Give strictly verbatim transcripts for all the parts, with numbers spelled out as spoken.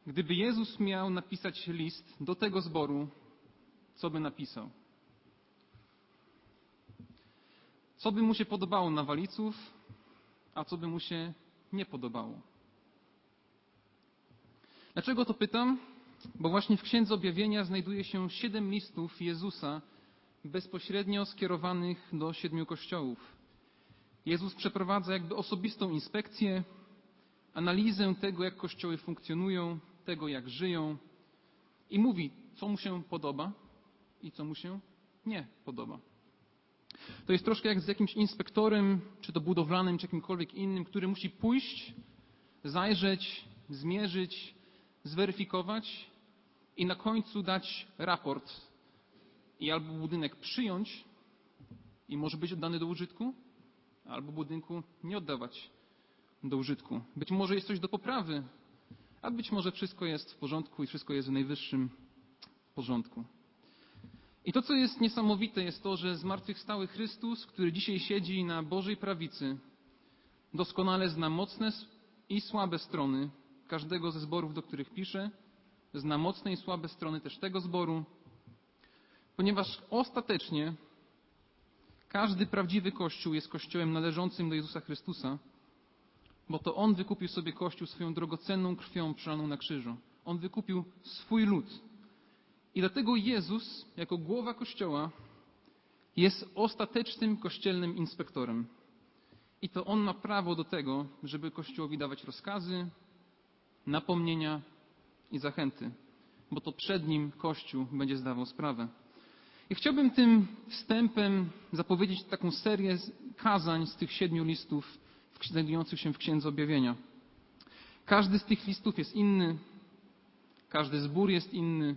Gdyby Jezus miał napisać list do tego zboru, co by napisał? Co by mu się podobało na waliców, a co by mu się nie podobało? Dlaczego to pytam? Bo właśnie w Księdze Objawienia znajduje się siedem listów Jezusa bezpośrednio skierowanych do siedmiu kościołów. Jezus przeprowadza jakby osobistą inspekcję, analizę tego, jak kościoły funkcjonują, tego, jak żyją i mówi, co mu się podoba i co mu się nie podoba. To jest troszkę jak z jakimś inspektorem, czy to budowlanym, czy jakimkolwiek innym, który musi pójść, zajrzeć, zmierzyć, zweryfikować i na końcu dać raport i albo budynek przyjąć i może być oddany do użytku, albo budynku nie oddawać do użytku. Być może jest coś do poprawy, a być może wszystko jest w porządku i wszystko jest w najwyższym porządku. I to, co jest niesamowite, jest to, że zmartwychwstały Chrystus, który dzisiaj siedzi na Bożej prawicy, doskonale zna mocne i słabe strony każdego ze zborów, do których pisze, zna mocne i słabe strony też tego zboru, ponieważ ostatecznie każdy prawdziwy Kościół jest Kościołem należącym do Jezusa Chrystusa, bo to On wykupił sobie Kościół swoją drogocenną krwią przelaną na krzyżu. On wykupił swój lud. I dlatego Jezus, jako głowa Kościoła, jest ostatecznym kościelnym inspektorem. I to On ma prawo do tego, żeby Kościołowi dawać rozkazy, napomnienia i zachęty, bo to przed Nim Kościół będzie zdawał sprawę. I chciałbym tym wstępem zapowiedzieć taką serię kazań z tych siedmiu listów znajdujących się w Księdze Objawienia. Każdy z tych listów jest inny, każdy zbór jest inny.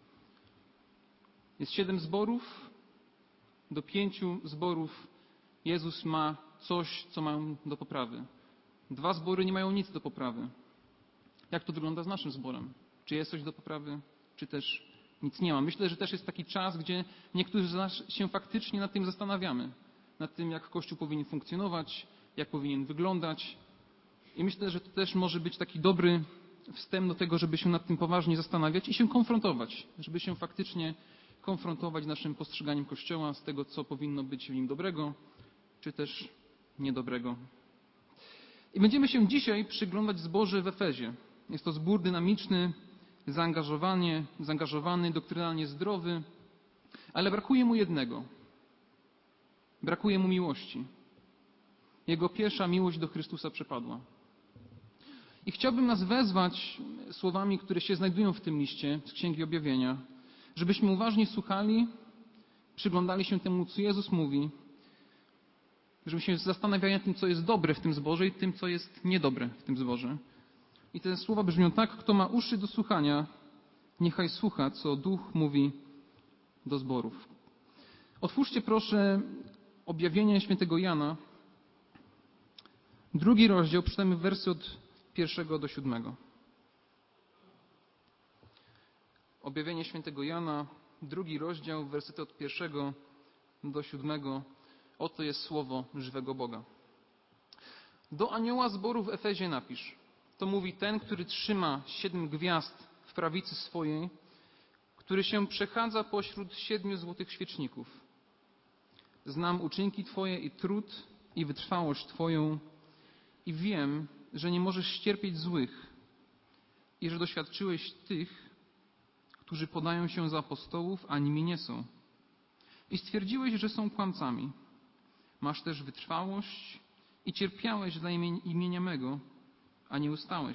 Jest siedem zborów, do pięciu zborów Jezus ma coś, co mają do poprawy. Dwa zbory nie mają nic do poprawy. Jak to wygląda z naszym zborem? Czy jest coś do poprawy, czy też nic nie ma? Myślę, że też jest taki czas, gdzie niektórzy z nas się faktycznie nad tym zastanawiamy. Nad tym, jak Kościół powinien funkcjonować, jak powinien wyglądać. I myślę, że to też może być taki dobry wstęp do tego, żeby się nad tym poważnie zastanawiać i się konfrontować. Żeby się faktycznie konfrontować z naszym postrzeganiem Kościoła, z tego, co powinno być w nim dobrego, czy też niedobrego. I będziemy się dzisiaj przyglądać zborze w Efezie. Jest to zbór dynamiczny, zaangażowany, zaangażowany, doktrynalnie zdrowy, ale brakuje mu jednego. Brakuje mu miłości. Jego pierwsza miłość do Chrystusa przepadła. I chciałbym nas wezwać słowami, które się znajdują w tym liście z Księgi Objawienia, żebyśmy uważnie słuchali, przyglądali się temu, co Jezus mówi, żebyśmy się zastanawiali nad tym, co jest dobre w tym zborze i tym, co jest niedobre w tym zborze. I te słowa brzmią tak: kto ma uszy do słuchania, niechaj słucha, co Duch mówi do zborów. Otwórzcie proszę Objawienie Świętego Jana, drugi rozdział, przeczytamy wersy od pierwszego do siódmego. Objawienie Świętego Jana, drugi rozdział, wersety od pierwszego do siódmego. Oto jest słowo żywego Boga. Do anioła zboru w Efezie napisz. To mówi ten, który trzyma siedem gwiazd w prawicy swojej, który się przechadza pośród siedmiu złotych świeczników. Znam uczynki Twoje i trud i wytrwałość Twoją i wiem, że nie możesz ścierpieć złych i że doświadczyłeś tych, którzy podają się za apostołów, a nimi nie są. I stwierdziłeś, że są kłamcami. Masz też wytrwałość i cierpiałeś dla imienia mego, a nie ustałeś.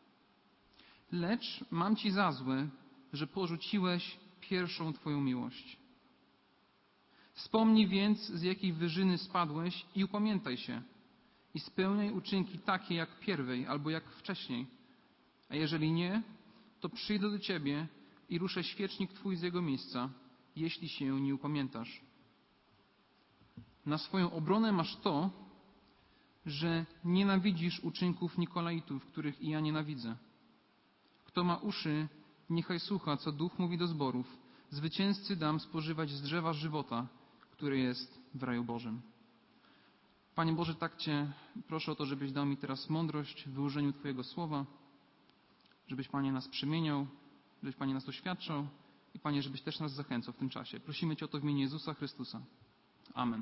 Lecz mam Ci za złe, że porzuciłeś pierwszą Twoją miłość. Wspomnij więc, z jakiej wyżyny spadłeś i upamiętaj się i spełniaj uczynki takie jak pierwej albo jak wcześniej. A jeżeli nie, to przyjdę do Ciebie i ruszę świecznik Twój z jego miejsca, jeśli się nie upamiętasz. Na swoją obronę masz to, że nienawidzisz uczynków Nikolaitów, których i ja nienawidzę. Kto ma uszy, niechaj słucha, co Duch mówi do zborów. Zwycięzcy dam spożywać z drzewa żywota, które jest w raju Bożym. Panie Boże, tak Cię proszę o to, żebyś dał mi teraz mądrość w wyłożeniu Twojego słowa, żebyś, Panie, nas przemieniał, żebyś, Panie, nas doświadczał i, Panie, żebyś też nas zachęcał w tym czasie. Prosimy Cię o to w imieniu Jezusa Chrystusa. Amen.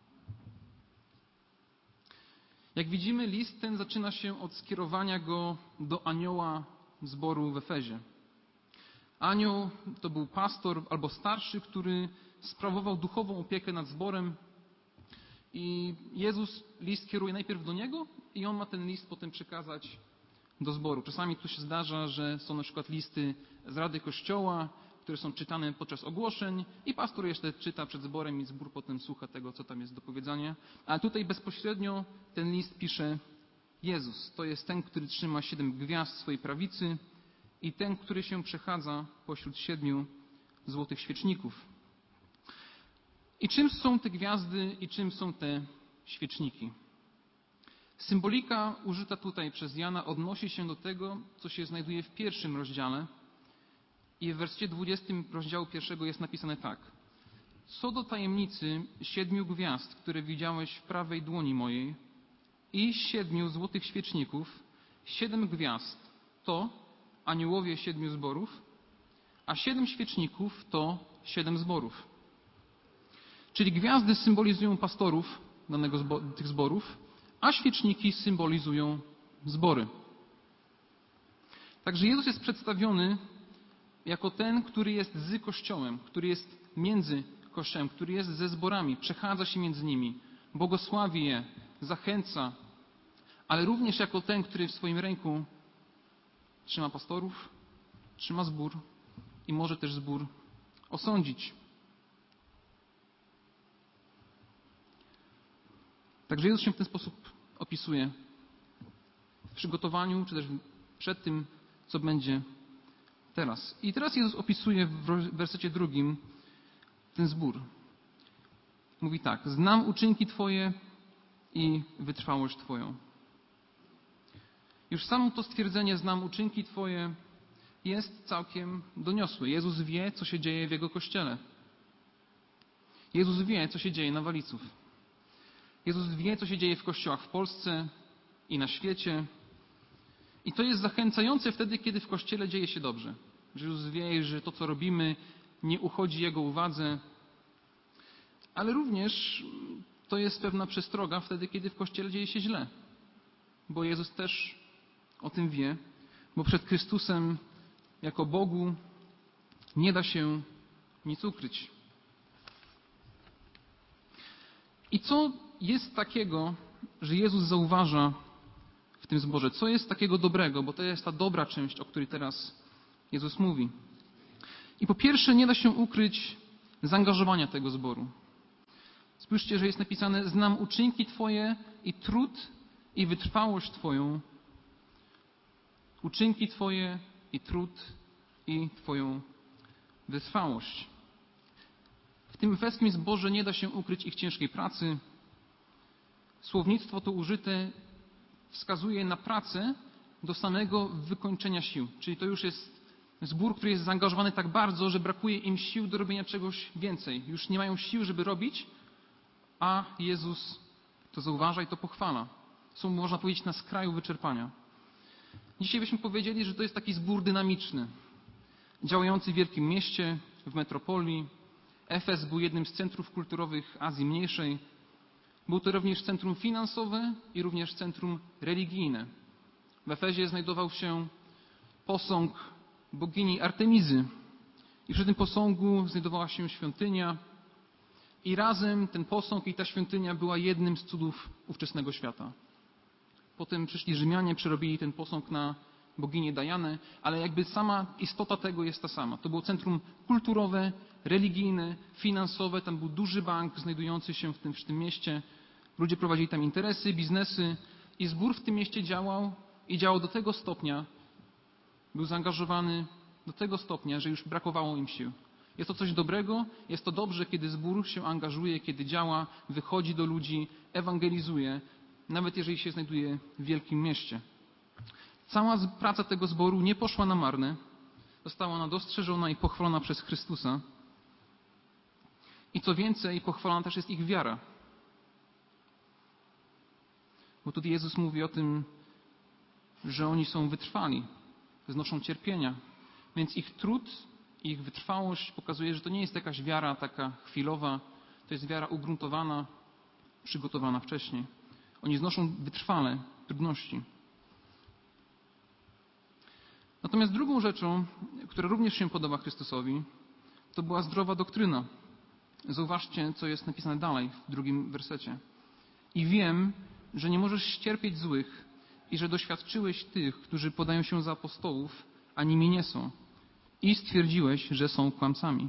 Jak widzimy, list ten zaczyna się od skierowania go do anioła zboru w Efezie. Anioł to był pastor albo starszy, który sprawował duchową opiekę nad zborem i Jezus list kieruje najpierw do niego i on ma ten list potem przekazać do zboru. Czasami tu się zdarza, że są na przykład listy z Rady Kościoła, które są czytane podczas ogłoszeń i pastor jeszcze czyta przed zborem i zbór potem słucha tego, co tam jest do powiedzenia. Ale tutaj bezpośrednio ten list pisze Jezus. To jest ten, który trzyma siedem gwiazd w swojej prawicy i ten, który się przechadza pośród siedmiu złotych świeczników. I czym są te gwiazdy i czym są te świeczniki? Symbolika użyta tutaj przez Jana odnosi się do tego, co się znajduje w pierwszym rozdziale. I w wersecie dwudziestym rozdziału pierwszego jest napisane tak. Co do tajemnicy siedmiu gwiazd, które widziałeś w prawej dłoni mojej i siedmiu złotych świeczników, siedem gwiazd to aniołowie siedmiu zborów, a siedem świeczników to siedem zborów. Czyli gwiazdy symbolizują pastorów danego zbo- tych zborów, a świeczniki symbolizują zbory. Także Jezus jest przedstawiony jako ten, który jest z Kościołem, który jest między Kościołem, który jest ze zborami, przechadza się między nimi, błogosławi je, zachęca, ale również jako ten, który w swoim ręku trzyma pastorów, trzyma zbór i może też zbór osądzić. Także Jezus się w ten sposób opisuje w przygotowaniu, czy też przed tym, co będzie teraz. I teraz Jezus opisuje w wersecie drugim ten zbór. Mówi tak. Znam uczynki Twoje i wytrwałość Twoją. Już samo to stwierdzenie znam uczynki Twoje jest całkiem doniosłe. Jezus wie, co się dzieje w Jego Kościele. Jezus wie, co się dzieje na Waliców. Jezus wie, co się dzieje w kościołach w Polsce i na świecie. I to jest zachęcające wtedy, kiedy w Kościele dzieje się dobrze. Że Jezus wie, że to, co robimy, nie uchodzi Jego uwadze. Ale również to jest pewna przestroga wtedy, kiedy w Kościele dzieje się źle. Bo Jezus też o tym wie, bo przed Chrystusem jako Bogu nie da się nic ukryć. I co jest takiego, że Jezus zauważa w tym zborze? Co jest takiego dobrego? Bo to jest ta dobra część, o której teraz Jezus mówi. I po pierwsze nie da się ukryć zaangażowania tego zboru. Spójrzcie, że jest napisane: znam uczynki Twoje i trud i wytrwałość Twoją. Uczynki Twoje i trud i Twoją wytrwałość. W tym efeskim zborze nie da się ukryć ich ciężkiej pracy. Słownictwo tu użyte wskazuje na pracę do samego wykończenia sił. Czyli to już jest zbór, który jest zaangażowany tak bardzo, że brakuje im sił do robienia czegoś więcej. Już nie mają sił, żeby robić, a Jezus to zauważa i to pochwala. Są, można powiedzieć, na skraju wyczerpania. Dzisiaj byśmy powiedzieli, że to jest taki zbór dynamiczny, działający w wielkim mieście, w metropolii. Efes był jednym z centrów kulturowych Azji Mniejszej. Był to również centrum finansowe i również centrum religijne. W Efezie znajdował się posąg bogini Artemizy i przy tym posągu znajdowała się świątynia i razem ten posąg i ta świątynia była jednym z cudów ówczesnego świata. Potem przyszli Rzymianie, przerobili ten posąg na boginię Dajanę, ale jakby sama istota tego jest ta sama. To było centrum kulturowe, religijne, finansowe. Tam był duży bank znajdujący się w tym, w tym mieście. Ludzie prowadzili tam interesy, biznesy i zbór w tym mieście działał i działał do tego stopnia, był zaangażowany do tego stopnia, że już brakowało im sił. Jest to coś dobrego, jest to dobrze, kiedy zbór się angażuje, kiedy działa, wychodzi do ludzi, ewangelizuje, nawet jeżeli się znajduje w wielkim mieście. Cała praca tego zboru nie poszła na marne. Została ona dostrzeżona i pochwalona przez Chrystusa. I co więcej, pochwalona też jest ich wiara. Bo tutaj Jezus mówi o tym, że oni są wytrwali. znoszą cierpienia. Więc ich trud, ich wytrwałość pokazuje, że to nie jest jakaś wiara taka chwilowa, to jest wiara ugruntowana, przygotowana wcześniej. Oni znoszą wytrwale trudności. Natomiast drugą rzeczą, która również się podoba Chrystusowi, to była zdrowa doktryna. Zauważcie, co jest napisane dalej w drugim wersecie. I wiem, że nie możesz ścierpieć złych i że doświadczyłeś tych, którzy podają się za apostołów, a nimi nie są. I stwierdziłeś, że są kłamcami.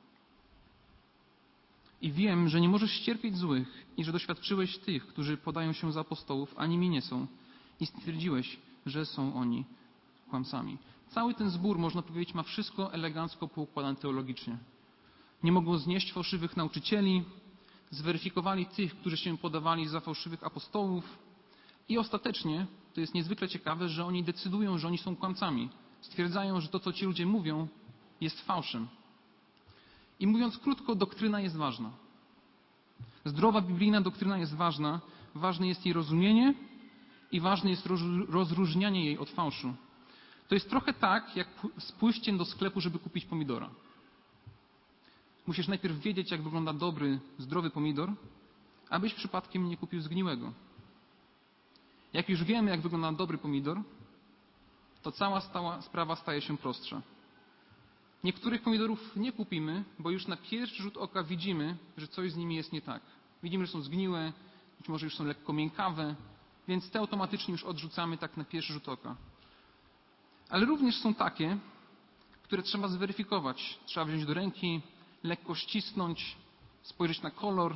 I wiem, że nie możesz ścierpieć złych i że doświadczyłeś tych, którzy podają się za apostołów, a nimi nie są. I stwierdziłeś, że są oni kłamcami. Cały ten zbór, można powiedzieć, ma wszystko elegancko poukładane teologicznie. Nie mogą znieść fałszywych nauczycieli, zweryfikowali tych, którzy się podawali za fałszywych apostołów i ostatecznie, to jest niezwykle ciekawe, że oni decydują, że oni są kłamcami. Stwierdzają, że to, co ci ludzie mówią, jest fałszem. I mówiąc krótko, doktryna jest ważna. Zdrowa biblijna doktryna jest ważna. Ważne jest jej rozumienie i ważne jest rozróżnianie jej od fałszu. To jest trochę tak, jak z pójściem do sklepu, żeby kupić pomidora. Musisz najpierw wiedzieć, jak wygląda dobry, zdrowy pomidor, abyś przypadkiem nie kupił zgniłego. Jak już wiemy, jak wygląda dobry pomidor, to cała stała sprawa staje się prostsza. Niektórych pomidorów nie kupimy, bo już na pierwszy rzut oka widzimy, że coś z nimi jest nie tak. Widzimy, że są zgniłe, być może już są lekko miękkawe, więc te automatycznie już odrzucamy tak na pierwszy rzut oka. Ale również są takie, które trzeba zweryfikować. Trzeba wziąć do ręki, lekko ścisnąć, spojrzeć na kolor.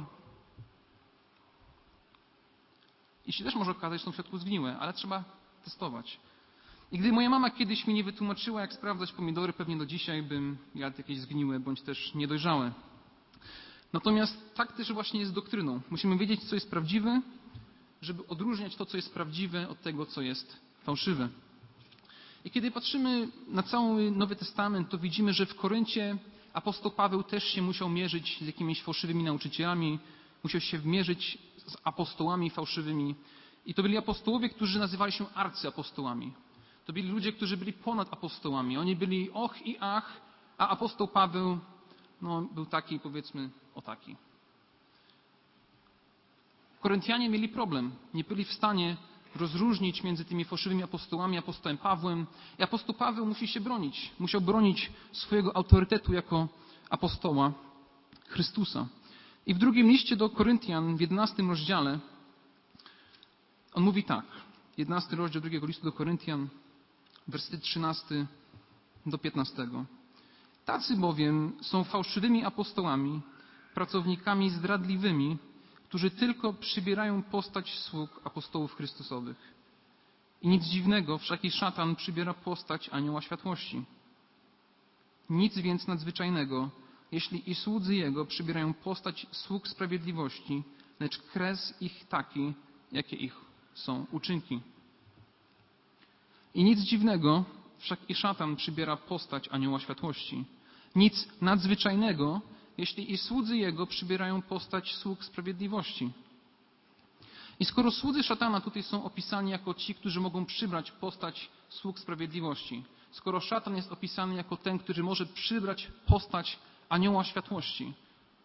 I się też może okazać, że są w środku zgniłe, ale trzeba testować. I gdy moja mama kiedyś mi nie wytłumaczyła, jak sprawdzać pomidory, pewnie do dzisiaj bym jadł jakieś zgniłe bądź też niedojrzałe. Natomiast tak też właśnie jest z doktryną. Musimy wiedzieć, co jest prawdziwe, żeby odróżniać to, co jest prawdziwe, od tego, co jest fałszywe. I kiedy patrzymy na cały Nowy Testament, to widzimy, że w Koryncie apostoł Paweł też się musiał mierzyć z jakimiś fałszywymi nauczycielami, musiał się mierzyć z apostołami fałszywymi. I to byli apostołowie, którzy nazywali się arcyapostołami. To byli ludzie, którzy byli ponad apostołami. Oni byli och i ach, a apostoł Paweł no, był taki, powiedzmy, o taki. Koryntianie mieli problem. Nie byli w stanie rozróżnić między tymi fałszywymi apostołami, apostołem Pawłem. I apostoł Paweł musi się bronić. Musiał bronić swojego autorytetu jako apostoła Chrystusa. I w drugim liście do Koryntian, w jedenastym rozdziale, on mówi tak. jedenasty rozdział drugiego listu do Koryntian, wersety trzynasty do piętnastego. Tacy bowiem są fałszywymi apostołami, pracownikami zdradliwymi, którzy tylko przybierają postać sług apostołów Chrystusowych. I nic dziwnego, wszaki szatan przybiera postać anioła światłości. Nic więc nadzwyczajnego, jeśli i słudzy jego przybierają postać sług sprawiedliwości, lecz kres ich taki, jakie ich są uczynki. I nic dziwnego, wszak i szatan przybiera postać anioła światłości. Nic nadzwyczajnego, jeśli i słudzy jego przybierają postać sług sprawiedliwości. I skoro słudzy szatana tutaj są opisani jako ci, którzy mogą przybrać postać sług sprawiedliwości, skoro szatan jest opisany jako ten, który może przybrać postać anioła światłości,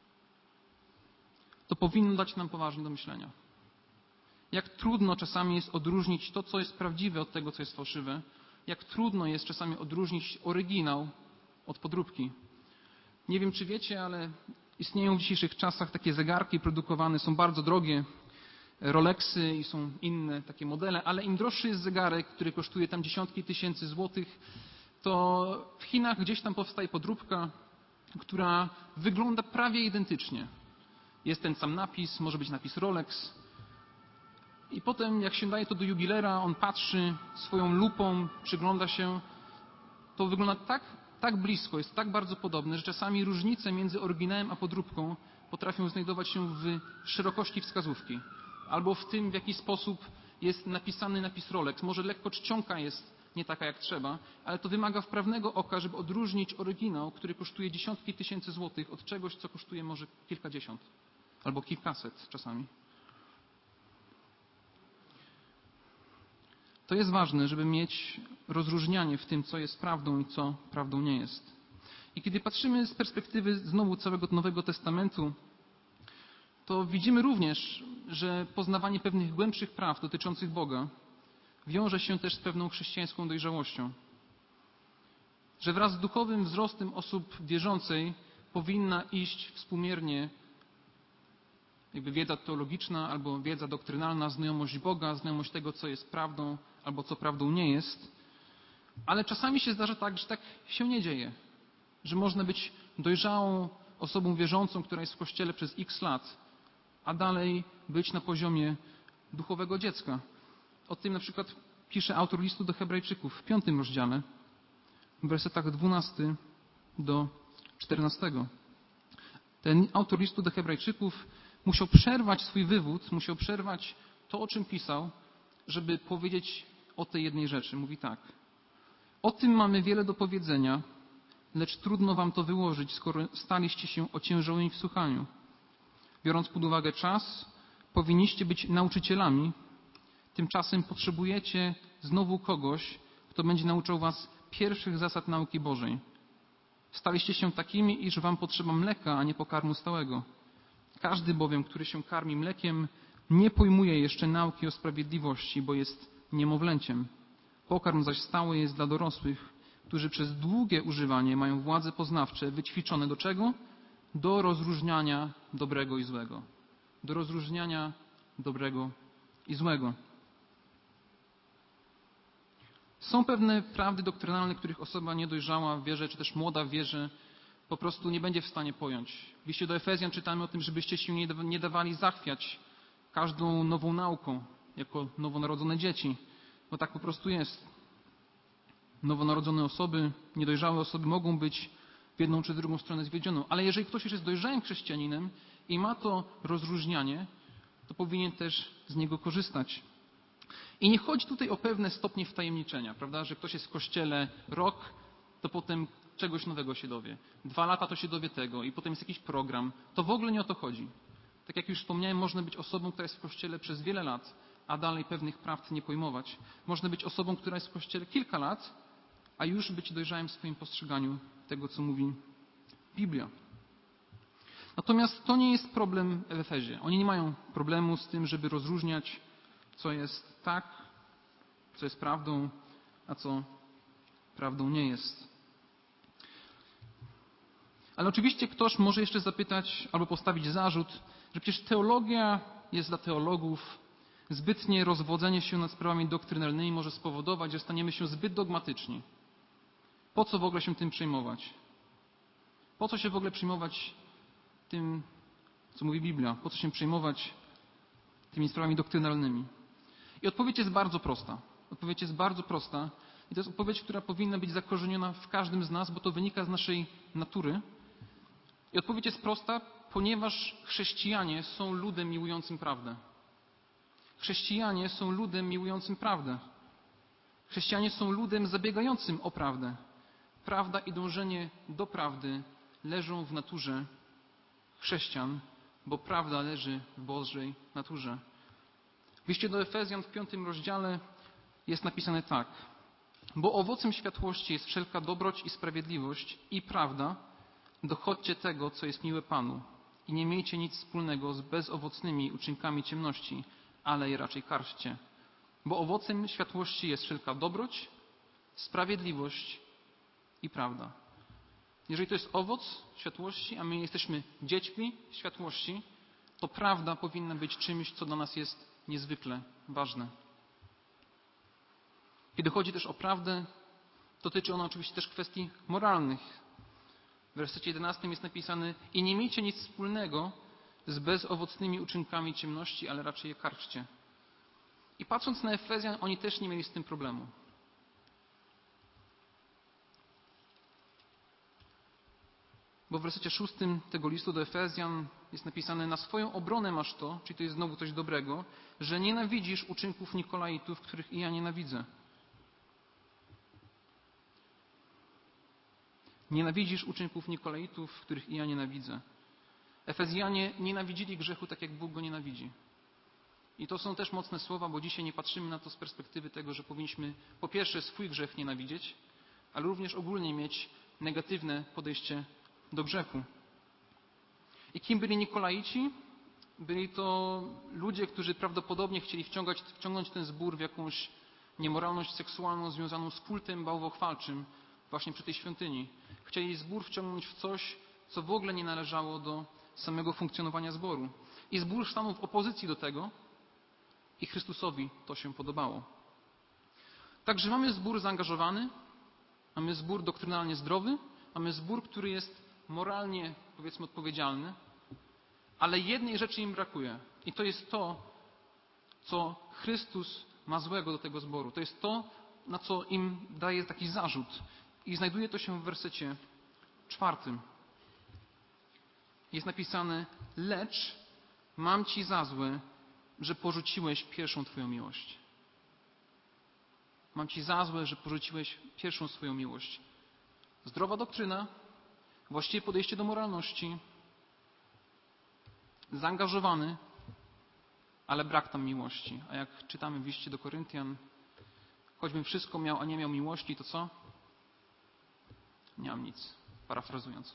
to powinno dać nam poważnie do myślenia. Jak trudno czasami jest odróżnić to, co jest prawdziwe, od tego, co jest fałszywe. Jak trudno jest czasami odróżnić oryginał od podróbki. Nie wiem, czy wiecie, ale istnieją w dzisiejszych czasach takie zegarki produkowane, są bardzo drogie, Rolexy i są inne takie modele, ale im droższy jest zegarek, który kosztuje tam dziesiątki tysięcy złotych, to w Chinach gdzieś tam powstaje podróbka, która wygląda prawie identycznie. Jest ten sam napis, może być napis Rolex. I potem, jak się daje to do jubilera, on patrzy swoją lupą, przygląda się. To wygląda tak, tak blisko, jest tak bardzo podobne, że czasami różnice między oryginałem a podróbką potrafią znajdować się w szerokości wskazówki. Albo w tym, w jaki sposób jest napisany napis Rolex. Może lekko czcionka jest nie taka jak trzeba, ale to wymaga wprawnego oka, żeby odróżnić oryginał, który kosztuje dziesiątki tysięcy złotych, od czegoś, co kosztuje może kilkadziesiąt albo kilkaset czasami. To jest ważne, żeby mieć rozróżnianie w tym, co jest prawdą i co prawdą nie jest. I kiedy patrzymy z perspektywy znowu całego Nowego Testamentu, to widzimy również, że poznawanie pewnych głębszych praw dotyczących Boga wiąże się też z pewną chrześcijańską dojrzałością. Że wraz z duchowym wzrostem osób wierzącej powinna iść współmiernie jakby wiedza teologiczna albo wiedza doktrynalna, znajomość Boga, znajomość tego, co jest prawdą albo co prawdą nie jest. Ale czasami się zdarza tak, że tak się nie dzieje. Że można być dojrzałą osobą wierzącą, która jest w Kościele przez x lat, a dalej być na poziomie duchowego dziecka. O tym na przykład pisze autor listu do Hebrajczyków w piątym rozdziale, w wersetach dwunastym do czternastego. Ten autor listu do Hebrajczyków musiał przerwać swój wywód, musiał przerwać to, o czym pisał, żeby powiedzieć o tej jednej rzeczy. Mówi tak. O tym mamy wiele do powiedzenia, lecz trudno wam to wyłożyć, skoro staliście się ociężałymi w słuchaniu. Biorąc pod uwagę czas, powinniście być nauczycielami, tymczasem potrzebujecie znowu kogoś, kto będzie nauczał was pierwszych zasad nauki Bożej. Staliście się takimi, iż wam potrzeba mleka, a nie pokarmu stałego. Każdy bowiem, który się karmi mlekiem, nie pojmuje jeszcze nauki o sprawiedliwości, bo jest niemowlęciem. Pokarm zaś stały jest dla dorosłych, którzy przez długie używanie mają władze poznawcze wyćwiczone do czego? Do rozróżniania dobrego i złego. Do rozróżniania dobrego i złego. Są pewne prawdy doktrynalne, których osoba niedojrzała w wierze, czy też młoda w wierze po prostu nie będzie w stanie pojąć. W liście do Efezjan czytamy o tym, żebyście się nie dawali zachwiać każdą nową nauką, jako nowonarodzone dzieci, bo tak po prostu jest. Nowonarodzone osoby, niedojrzałe osoby mogą być w jedną czy drugą stronę zwiedzione, ale jeżeli ktoś już jest dojrzałym chrześcijaninem i ma to rozróżnianie, to powinien też z niego korzystać. I nie chodzi tutaj o pewne stopnie wtajemniczenia, prawda, że ktoś jest w kościele rok, to potem czegoś nowego się dowie. Dwa lata to się dowie tego i potem jest jakiś program. To w ogóle nie o to chodzi. Tak jak już wspomniałem, można być osobą, która jest w kościele przez wiele lat, a dalej pewnych prawd nie pojmować. Można być osobą, która jest w kościele kilka lat, a już być dojrzałym w swoim postrzeganiu tego, co mówi Biblia. Natomiast to nie jest problem w Efezie. Oni nie mają problemu z tym, żeby rozróżniać, co jest tak, co jest prawdą, a co prawdą nie jest. Ale oczywiście ktoś może jeszcze zapytać albo postawić zarzut, że przecież teologia jest dla teologów, zbytnie rozwodzenie się nad sprawami doktrynalnymi może spowodować, że staniemy się zbyt dogmatyczni. Po co w ogóle się tym przejmować? Po co się w ogóle przejmować tym, co mówi Biblia? Po co się przejmować tymi sprawami doktrynalnymi? I odpowiedź jest bardzo prosta. Odpowiedź jest bardzo prosta i to jest odpowiedź, która powinna być zakorzeniona w każdym z nas, bo to wynika z naszej natury. I odpowiedź jest prosta, ponieważ chrześcijanie są ludem miłującym prawdę. Chrześcijanie są ludem miłującym prawdę. Chrześcijanie są ludem zabiegającym o prawdę. Prawda i dążenie do prawdy leżą w naturze chrześcijan, bo prawda leży w Bożej naturze. W liście do Efezjan w piątym rozdziale jest napisane tak. Bo owocem światłości jest wszelka dobroć i sprawiedliwość i prawda. Dochodźcie tego, co jest miłe Panu i nie miejcie nic wspólnego z bezowocnymi uczynkami ciemności, ale je raczej karczcie. Bo owocem światłości jest wszelka dobroć, sprawiedliwość i prawda. Jeżeli to jest owoc światłości, a my jesteśmy dziećmi światłości, to prawda powinna być czymś, co dla nas jest niezwykle ważne. Kiedy chodzi też o prawdę, dotyczy ona oczywiście też kwestii moralnych. W wersecie jedenastym jest napisane i nie miejcie nic wspólnego z bezowocnymi uczynkami ciemności, ale raczej je karczcie. I patrząc na Efezjan, oni też nie mieli z tym problemu. Bo w wersecie szóstym tego listu do Efezjan jest napisane na swoją obronę masz to, czyli to jest znowu coś dobrego, że nienawidzisz uczynków Nikolaitów, których i ja nienawidzę. Nienawidzisz uczynków Nikolaitów, których i ja nienawidzę. Efezjanie nienawidzili grzechu tak, jak Bóg go nienawidzi. I to są też mocne słowa, bo dzisiaj nie patrzymy na to z perspektywy tego, że powinniśmy po pierwsze swój grzech nienawidzieć, ale również ogólnie mieć negatywne podejście do grzechu. I kim byli Nikolaici? Byli to ludzie, którzy prawdopodobnie chcieli wciągać, wciągnąć ten zbór w jakąś niemoralność seksualną związaną z kultem bałwochwalczym właśnie przy tej świątyni. Chcieli zbór wciągnąć w coś, co w ogóle nie należało do samego funkcjonowania zboru. I zbór stanął w opozycji do tego i Chrystusowi to się podobało. Także mamy zbór zaangażowany, mamy zbór doktrynalnie zdrowy, mamy zbór, który jest moralnie, powiedzmy, odpowiedzialny, ale jednej rzeczy im brakuje. I to jest to, co Chrystus ma złego do tego zboru. To jest to, na co im daje taki zarzut. I znajduje to się w wersecie czwartym. Jest napisane: lecz mam ci za złe, że porzuciłeś pierwszą twoją miłość. Mam ci za złe, że porzuciłeś pierwszą swoją miłość. Zdrowa doktryna, właściwe podejście do moralności, zaangażowany, ale brak tam miłości. A jak czytamy w liście do Koryntian, choćbym wszystko miał, a nie miał miłości, to co? Nie mam nic, parafrazując.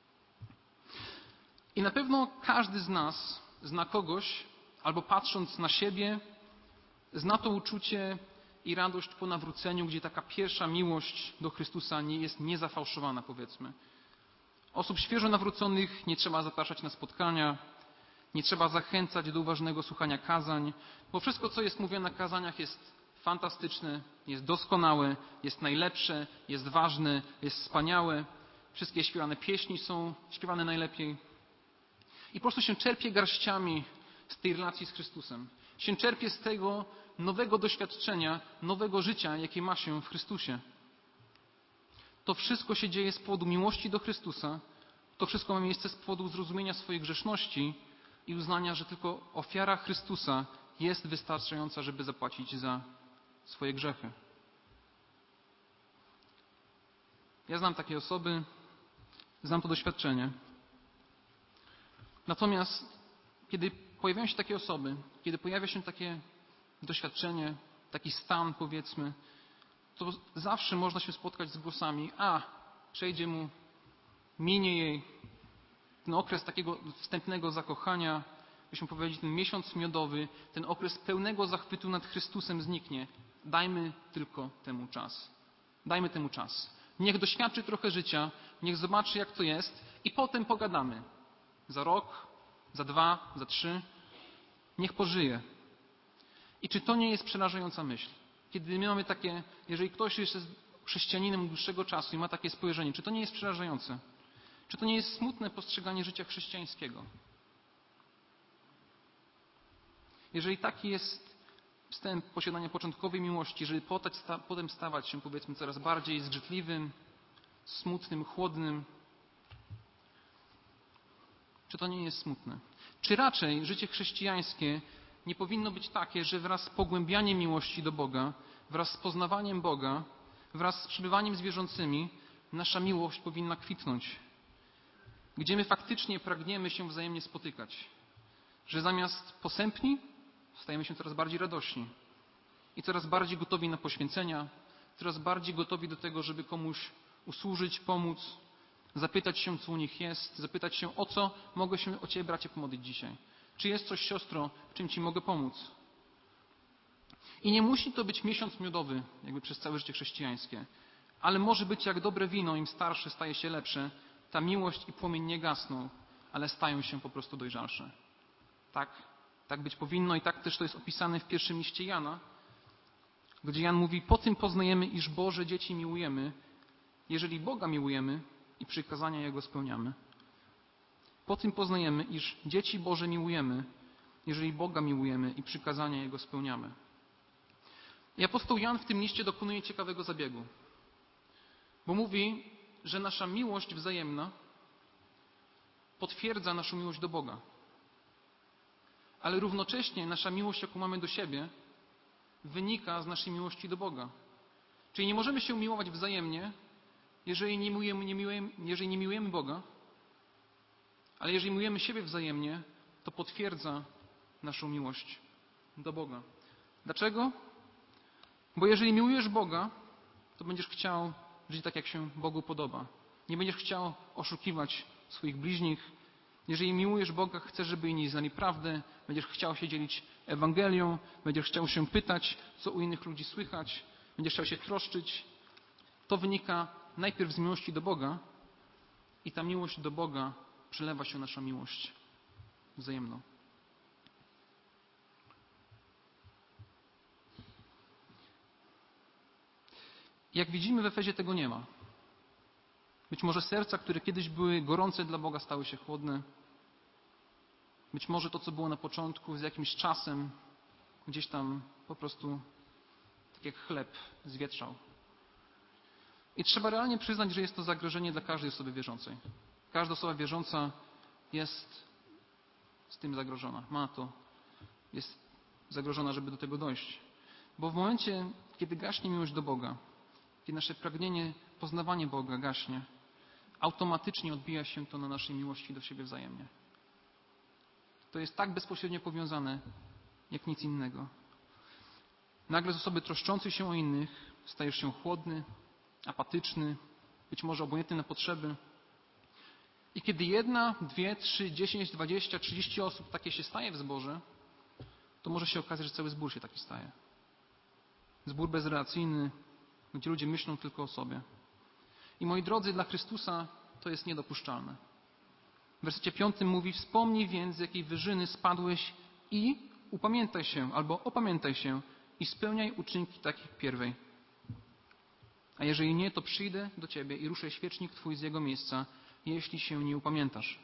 I na pewno każdy z nas zna kogoś, albo patrząc na siebie, zna to uczucie i radość po nawróceniu, gdzie taka pierwsza miłość do Chrystusa nie jest niezafałszowana, powiedzmy. Osób świeżo nawróconych nie trzeba zapraszać na spotkania, nie trzeba zachęcać do uważnego słuchania kazań, bo wszystko, co jest mówione na kazaniach, jest fantastyczne, jest doskonałe, jest najlepsze, jest ważne, jest wspaniałe. Wszystkie śpiewane pieśni są śpiewane najlepiej. I po prostu się czerpie garściami z tej relacji z Chrystusem. Się czerpie z tego nowego doświadczenia, nowego życia, jakie ma się w Chrystusie. To wszystko się dzieje z powodu miłości do Chrystusa. To wszystko ma miejsce z powodu zrozumienia swojej grzeszności i uznania, że tylko ofiara Chrystusa jest wystarczająca, żeby zapłacić za swoje grzechy. Ja znam takie osoby, znam to doświadczenie. Natomiast kiedy pojawiają się takie osoby, kiedy pojawia się takie doświadczenie, taki stan, powiedzmy, to zawsze można się spotkać z głosami: a, przejdzie mu, minie jej ten okres takiego wstępnego zakochania, byśmy powiedzieli, ten miesiąc miodowy, ten okres pełnego zachwytu nad Chrystusem zniknie. Dajmy tylko temu czas. Dajmy temu czas. Niech doświadczy trochę życia, niech zobaczy, jak to jest i potem pogadamy. Za rok, za dwa, za trzy. Niech pożyje. I czy to nie jest przerażająca myśl? Kiedy my mamy takie, jeżeli ktoś jeszcze jest chrześcijaninem dłuższego czasu i ma takie spojrzenie, czy to nie jest przerażające? Czy to nie jest smutne postrzeganie życia chrześcijańskiego? Jeżeli taki jest wstęp posiadania początkowej miłości, żeby potem stawać się, powiedzmy, coraz bardziej zgrzytliwym, smutnym, chłodnym, czy to nie jest smutne? Czy raczej życie chrześcijańskie nie powinno być takie, że wraz z pogłębianiem miłości do Boga, wraz z poznawaniem Boga, wraz z przebywaniem z wierzącymi, nasza miłość powinna kwitnąć? Gdzie my faktycznie pragniemy się wzajemnie spotykać. Że zamiast posępni stajemy się coraz bardziej radośni i coraz bardziej gotowi na poświęcenia, coraz bardziej gotowi do tego, żeby komuś usłużyć, pomóc, zapytać się, co u nich jest, zapytać się, o co mogę się o Ciebie, bracie, pomodlić dzisiaj. Czy jest coś, siostro, w czym Ci mogę pomóc? I nie musi to być miesiąc miodowy, jakby przez całe życie chrześcijańskie, ale może być jak dobre wino, im starsze staje się lepsze, ta miłość i płomień nie gasną, ale stają się po prostu dojrzalsze. Tak, tak być powinno i tak też to jest opisane w pierwszym liście Jana, gdzie Jan mówi: po tym poznajemy, iż Boże dzieci miłujemy, jeżeli Boga miłujemy i przykazania Jego spełniamy. Po tym poznajemy, iż dzieci Boże miłujemy, jeżeli Boga miłujemy i przykazania Jego spełniamy. I apostoł Jan w tym liście dokonuje ciekawego zabiegu, bo mówi, że nasza miłość wzajemna potwierdza naszą miłość do Boga. Ale równocześnie nasza miłość, jaką mamy do siebie, wynika z naszej miłości do Boga. Czyli nie możemy się miłować wzajemnie, jeżeli nie miłujemy, nie miłujemy, jeżeli nie miłujemy Boga, ale jeżeli miłujemy siebie wzajemnie, to potwierdza naszą miłość do Boga. Dlaczego? Bo jeżeli miłujesz Boga, to będziesz chciał żyć tak, jak się Bogu podoba. Nie będziesz chciał oszukiwać swoich bliźnich. Jeżeli miłujesz Boga, chcesz, żeby inni znali prawdę, będziesz chciał się dzielić Ewangelią, będziesz chciał się pytać, co u innych ludzi słychać, będziesz chciał się troszczyć. To wynika najpierw z miłości do Boga i ta miłość do Boga przelewa się nasza miłość wzajemną. Jak widzimy, w Efezie tego nie ma. Być może serca, które kiedyś były gorące dla Boga, stały się chłodne. Być może to, co było na początku, z jakimś czasem gdzieś tam po prostu tak jak chleb zwietrzał. I trzeba realnie przyznać, że jest to zagrożenie dla każdej osoby wierzącej. Każda osoba wierząca jest z tym zagrożona. Ma to. Jest zagrożona, żeby do tego dojść. Bo w momencie, kiedy gaśnie miłość do Boga, kiedy nasze pragnienie, poznawanie Boga gaśnie, automatycznie odbija się to na naszej miłości do siebie wzajemnie. To jest tak bezpośrednio powiązane, jak nic innego. Nagle z osoby troszczącej się o innych stajesz się chłodny, apatyczny, być może obojętny na potrzeby. I kiedy jedna, dwie, trzy, dziesięć, dwadzieścia, trzydzieści osób takie się staje w zborze, to może się okazać, że cały zbór się taki staje. Zbór bezrelacyjny, gdzie ludzie myślą tylko o sobie. I moi drodzy, dla Chrystusa to jest niedopuszczalne. W wersecie piątym mówi: wspomnij więc, z jakiej wyżyny spadłeś i upamiętaj się, albo opamiętaj się i spełniaj uczynki takich pierwej. A jeżeli nie, to przyjdę do ciebie i ruszę świecznik twój z jego miejsca, jeśli się nie upamiętasz.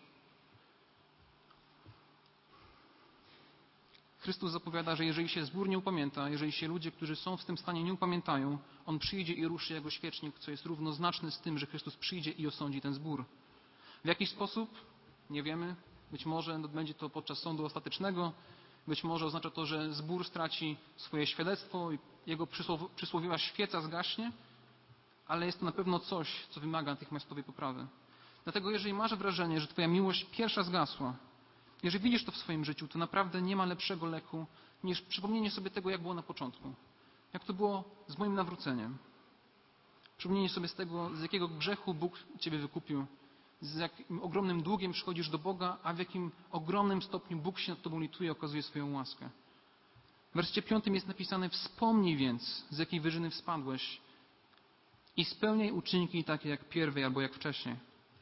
Chrystus zapowiada, że jeżeli się zbór nie upamięta, jeżeli się ludzie, którzy są w tym stanie, nie upamiętają, On przyjdzie i ruszy jego świecznik, co jest równoznaczne z tym, że Chrystus przyjdzie i osądzi ten zbór. W jaki sposób? Nie wiemy. Być może będzie to podczas sądu ostatecznego. Być może oznacza to, że zbór straci swoje świadectwo i jego przysłowiowa świeca zgaśnie, ale jest to na pewno coś, co wymaga natychmiastowej poprawy. Dlatego jeżeli masz wrażenie, że twoja miłość pierwsza zgasła, jeżeli widzisz to w swoim życiu, to naprawdę nie ma lepszego leku niż przypomnienie sobie tego, jak było na początku. Jak to było z moim nawróceniem. Przypomnienie sobie z tego, z jakiego grzechu Bóg ciebie wykupił, z jakim ogromnym długiem przychodzisz do Boga, a w jakim ogromnym stopniu Bóg się nad tobą lituje i okazuje swoją łaskę. W wersecie piątym jest napisane: wspomnij więc, z jakiej wyżyny wspadłeś i spełniaj uczynki takie jak pierwej albo jak wcześniej.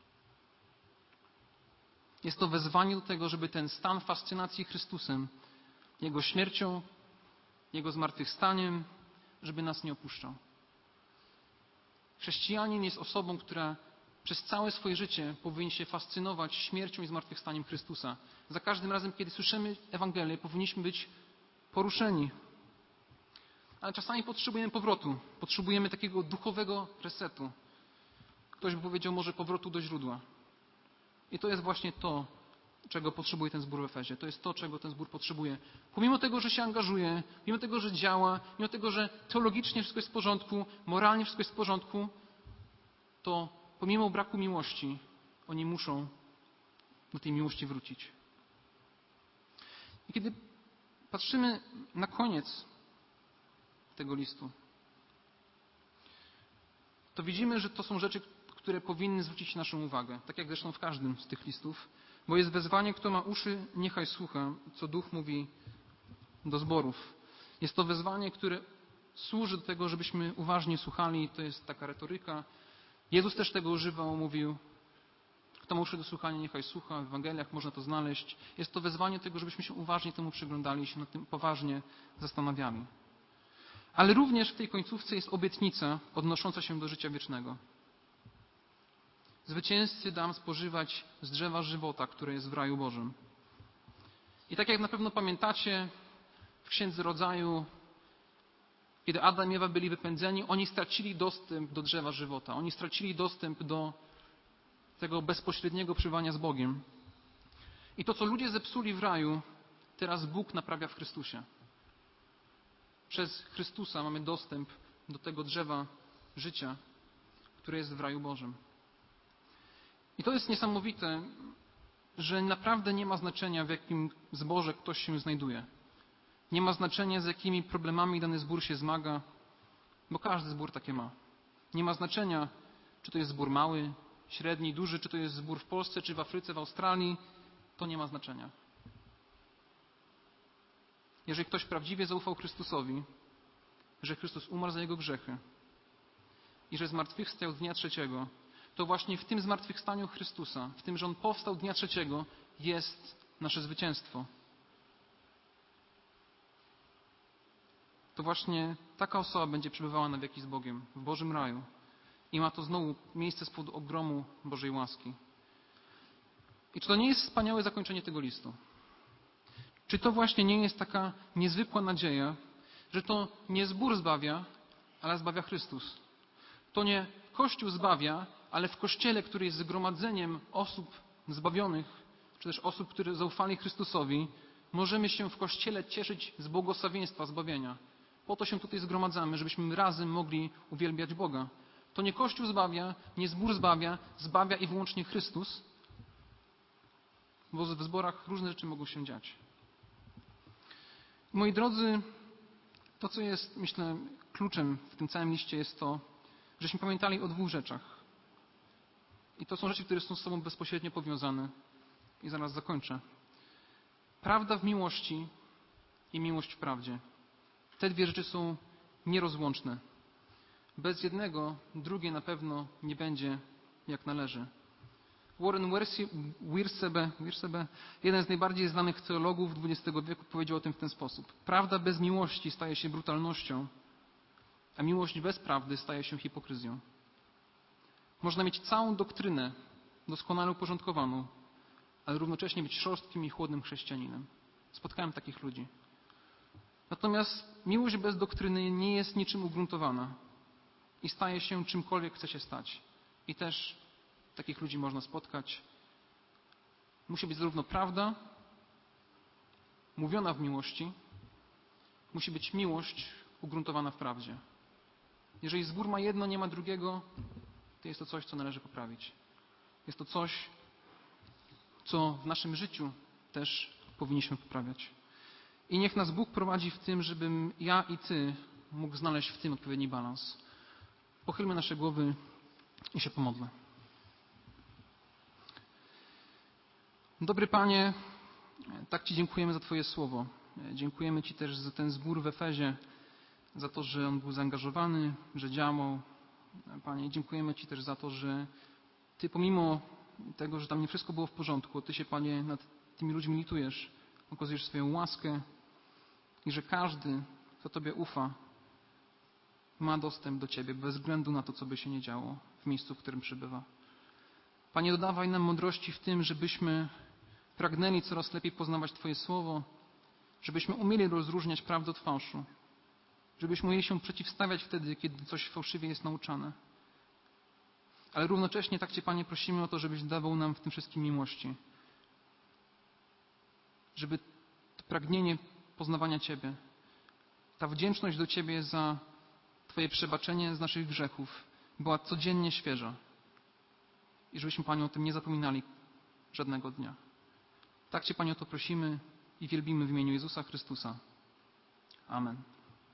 Jest to wezwanie do tego, żeby ten stan fascynacji Chrystusem, Jego śmiercią, Jego zmartwychwstaniem, żeby nas nie opuszczał. Chrześcijanin jest osobą, która przez całe swoje życie powinien się fascynować śmiercią i zmartwychwstaniem Chrystusa. Za każdym razem, kiedy słyszymy Ewangelię, powinniśmy być poruszeni. Ale czasami potrzebujemy powrotu. Potrzebujemy takiego duchowego resetu. Ktoś by powiedział może powrotu do źródła. I to jest właśnie to, czego potrzebuje ten zbór w Efezie. To jest to, czego ten zbór potrzebuje. Pomimo tego, że się angażuje, mimo tego, że działa, mimo tego, że teologicznie wszystko jest w porządku, moralnie wszystko jest w porządku, to pomimo braku miłości, oni muszą do tej miłości wrócić. I kiedy patrzymy na koniec tego listu, to widzimy, że to są rzeczy, które powinny zwrócić naszą uwagę, tak jak zresztą w każdym z tych listów, bo jest wezwanie: kto ma uszy, niechaj słucha, co Duch mówi do zborów. Jest to wezwanie, które służy do tego, żebyśmy uważnie słuchali. To jest taka retoryka. Jezus też tego używał, mówił: kto ma uszy do słuchania, niechaj słucha. W Ewangeliach można to znaleźć. Jest to wezwanie do tego, żebyśmy się uważnie temu przyglądali i się nad tym poważnie zastanawiali. Ale również w tej końcówce jest obietnica odnosząca się do życia wiecznego. Zwycięzcy dam spożywać z drzewa żywota, które jest w raju Bożym. I tak jak na pewno pamiętacie, w Księdze Rodzaju, kiedy Adam i Ewa byli wypędzeni, oni stracili dostęp do drzewa żywota. Oni stracili dostęp do tego bezpośredniego przebywania z Bogiem. I to, co ludzie zepsuli w raju, teraz Bóg naprawia w Chrystusie. Przez Chrystusa mamy dostęp do tego drzewa życia, które jest w raju Bożym. I to jest niesamowite, że naprawdę nie ma znaczenia, w jakim zborze ktoś się znajduje. Nie ma znaczenia, z jakimi problemami dany zbór się zmaga, bo każdy zbór takie ma. Nie ma znaczenia, czy to jest zbór mały, średni, duży, czy to jest zbór w Polsce, czy w Afryce, w Australii. To nie ma znaczenia. Jeżeli ktoś prawdziwie zaufał Chrystusowi, że Chrystus umarł za jego grzechy i że zmartwychwstał dnia trzeciego, to właśnie w tym zmartwychwstaniu Chrystusa, w tym, że On powstał dnia trzeciego, jest nasze zwycięstwo. To właśnie taka osoba będzie przebywała na wieki z Bogiem, w Bożym raju. I ma to znowu miejsce z powodu ogromu Bożej łaski. I czy to nie jest wspaniałe zakończenie tego listu? Czy to właśnie nie jest taka niezwykła nadzieja, że to nie zbór zbawia, ale zbawia Chrystus? To nie Kościół zbawia, ale w Kościele, który jest zgromadzeniem osób zbawionych, czy też osób, które zaufali Chrystusowi, możemy się w Kościele cieszyć z błogosławieństwa zbawienia. Po to się tutaj zgromadzamy, żebyśmy razem mogli uwielbiać Boga. To nie Kościół zbawia, nie zbór zbawia, zbawia i wyłącznie Chrystus, bo w zborach różne rzeczy mogą się dziać. Moi drodzy, to co jest, myślę, kluczem w tym całym liście jest to, żeśmy pamiętali o dwóch rzeczach. I to są rzeczy, które są z sobą bezpośrednio powiązane. I zaraz zakończę. Prawda w miłości i miłość w prawdzie. Te dwie rzeczy są nierozłączne. Bez jednego drugie na pewno nie będzie jak należy. Warren Wiersbe, Wiersbe, jeden z najbardziej znanych teologów dwudziestego wieku, powiedział o tym w ten sposób. Prawda bez miłości staje się brutalnością, a miłość bez prawdy staje się hipokryzją. Można mieć całą doktrynę doskonale uporządkowaną, ale równocześnie być szorstkim i chłodnym chrześcijaninem. Spotkałem takich ludzi. Natomiast miłość bez doktryny nie jest niczym ugruntowana i staje się czymkolwiek chce się stać. I też takich ludzi można spotkać. Musi być zarówno prawda mówiona w miłości, musi być miłość ugruntowana w prawdzie. Jeżeli zbór ma jedno, nie ma drugiego, to jest to coś, co należy poprawić. Jest to coś, co w naszym życiu też powinniśmy poprawiać. I niech nas Bóg prowadzi w tym, żebym ja i Ty mógł znaleźć w tym odpowiedni balans. Pochylmy nasze głowy i się pomodlę. Dobry Panie, tak Ci dziękujemy za Twoje słowo. Dziękujemy Ci też za ten zbór w Efezie, za to, że on był zaangażowany, że działał. Panie, dziękujemy Ci też za to, że Ty pomimo tego, że tam nie wszystko było w porządku, Ty się, Panie, nad tymi ludźmi litujesz, okazujesz swoją łaskę i że każdy, kto Tobie ufa, ma dostęp do Ciebie bez względu na to, co by się nie działo w miejscu, w którym przebywa. Panie, dodawaj nam mądrości w tym, żebyśmy pragnęli coraz lepiej poznawać Twoje słowo, żebyśmy umieli rozróżniać prawdę od fałszu, żebyśmy umieli się przeciwstawiać wtedy, kiedy coś fałszywie jest nauczane. Ale równocześnie tak Cię, Panie, prosimy o to, żebyś dawał nam w tym wszystkim miłości. Żeby to pragnienie poznawania Ciebie, ta wdzięczność do Ciebie za Twoje przebaczenie z naszych grzechów była codziennie świeża. I żebyśmy, Panie, o tym nie zapominali żadnego dnia. Tak Cię, Panie, o to prosimy i wielbimy w imieniu Jezusa Chrystusa. Amen.